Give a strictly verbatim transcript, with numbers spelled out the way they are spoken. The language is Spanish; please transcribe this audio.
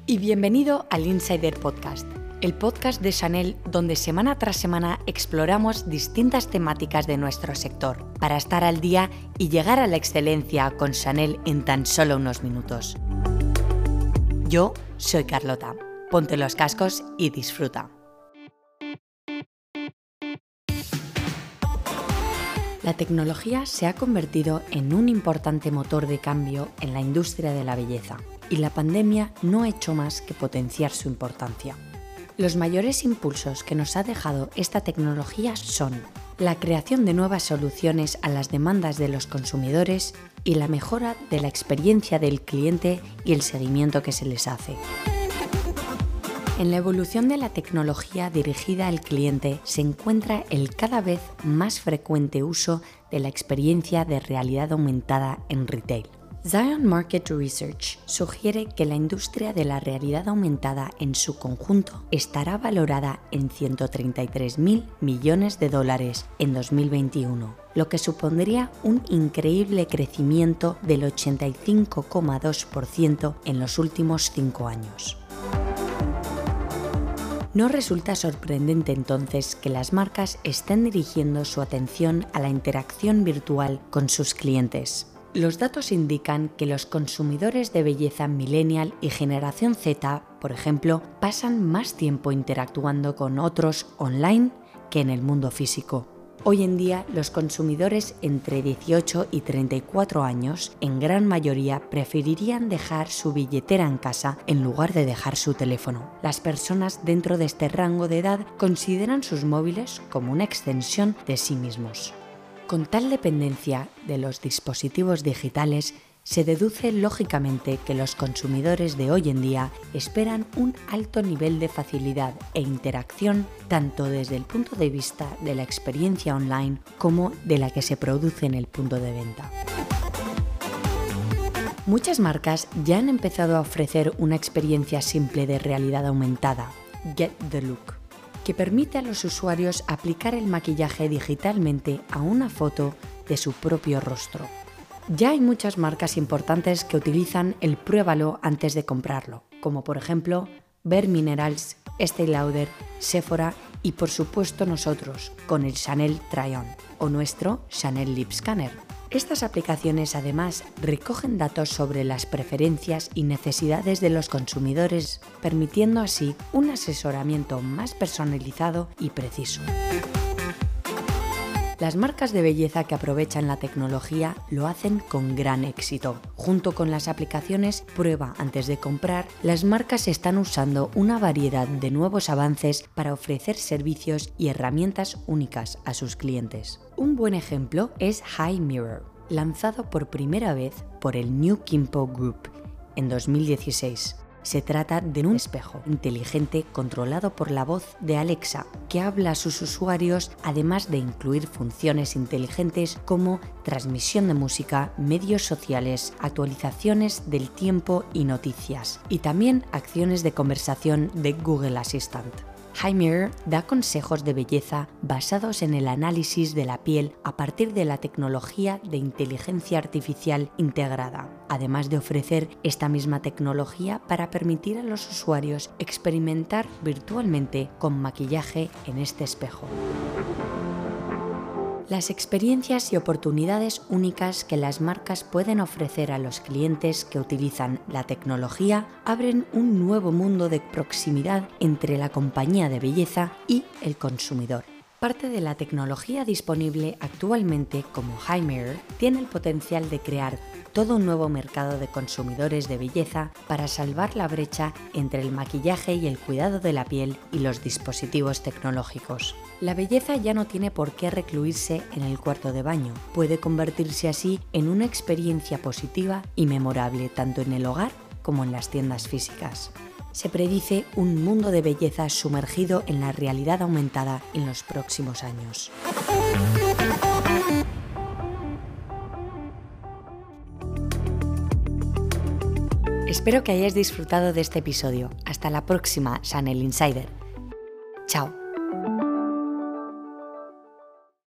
Y bienvenido al Insider Podcast, el podcast de Chanel donde semana tras semana exploramos distintas temáticas de nuestro sector para estar al día y llegar a la excelencia con Chanel en tan solo unos minutos. Yo soy Carlota. Ponte los cascos y disfruta. La tecnología se ha convertido en un importante motor de cambio en la industria de la belleza y la pandemia no ha hecho más que potenciar su importancia. Los mayores impulsos que nos ha dejado esta tecnología son la creación de nuevas soluciones a las demandas de los consumidores y la mejora de la experiencia del cliente y el seguimiento que se les hace. En la evolución de la tecnología dirigida al cliente se encuentra el cada vez más frecuente uso de la experiencia de realidad aumentada en retail. Zion Market Research sugiere que la industria de la realidad aumentada en su conjunto estará valorada en ciento treinta y tres mil millones de dólares en dos mil veintiuno, lo que supondría un increíble crecimiento del ochenta y cinco coma dos por ciento en los últimos cinco años. No resulta sorprendente entonces que las marcas estén dirigiendo su atención a la interacción virtual con sus clientes. Los datos indican que los consumidores de belleza millennial y generación Z, por ejemplo, pasan más tiempo interactuando con otros online que en el mundo físico. Hoy en día, los consumidores entre dieciocho y treinta y cuatro años, en gran mayoría, preferirían dejar su billetera en casa en lugar de dejar su teléfono. Las personas dentro de este rango de edad consideran sus móviles como una extensión de sí mismos. Con tal dependencia de los dispositivos digitales, se deduce lógicamente que los consumidores de hoy en día esperan un alto nivel de facilidad e interacción tanto desde el punto de vista de la experiencia online como de la que se produce en el punto de venta. Muchas marcas ya han empezado a ofrecer una experiencia simple de realidad aumentada, Get the Look, que permite a los usuarios aplicar el maquillaje digitalmente a una foto de su propio rostro. Ya hay muchas marcas importantes que utilizan el pruébalo antes de comprarlo, como por ejemplo Bare Minerals, Estée Lauder, Sephora y por supuesto nosotros con el Chanel Try-On o nuestro Chanel Lip Scanner. Estas aplicaciones además recogen datos sobre las preferencias y necesidades de los consumidores, permitiendo así un asesoramiento más personalizado y preciso. Las marcas de belleza que aprovechan la tecnología lo hacen con gran éxito. Junto con las aplicaciones Prueba antes de comprar, las marcas están usando una variedad de nuevos avances para ofrecer servicios y herramientas únicas a sus clientes. Un buen ejemplo es Hi Mirror, lanzado por primera vez por el New Kimpo Group en dos mil dieciséis. Se trata de un espejo inteligente controlado por la voz de Alexa, que habla a sus usuarios además de incluir funciones inteligentes como transmisión de música, medios sociales, actualizaciones del tiempo y noticias, y también acciones de conversación de Google Assistant. Hi Mirror da consejos de belleza basados en el análisis de la piel a partir de la tecnología de inteligencia artificial integrada, además de ofrecer esta misma tecnología para permitir a los usuarios experimentar virtualmente con maquillaje en este espejo. Las experiencias y oportunidades únicas que las marcas pueden ofrecer a los clientes que utilizan la tecnología abren un nuevo mundo de proximidad entre la compañía de belleza y el consumidor. Parte de la tecnología disponible actualmente, como Hi Mirror, tiene el potencial de crear todo un nuevo mercado de consumidores de belleza para salvar la brecha entre el maquillaje y el cuidado de la piel y los dispositivos tecnológicos. La belleza ya no tiene por qué recluirse en el cuarto de baño, puede convertirse así en una experiencia positiva y memorable tanto en el hogar como en las tiendas físicas. Se predice un mundo de belleza sumergido en la realidad aumentada en los próximos años. Espero que hayáis disfrutado de este episodio. Hasta la próxima, Chanel Insider. Chao.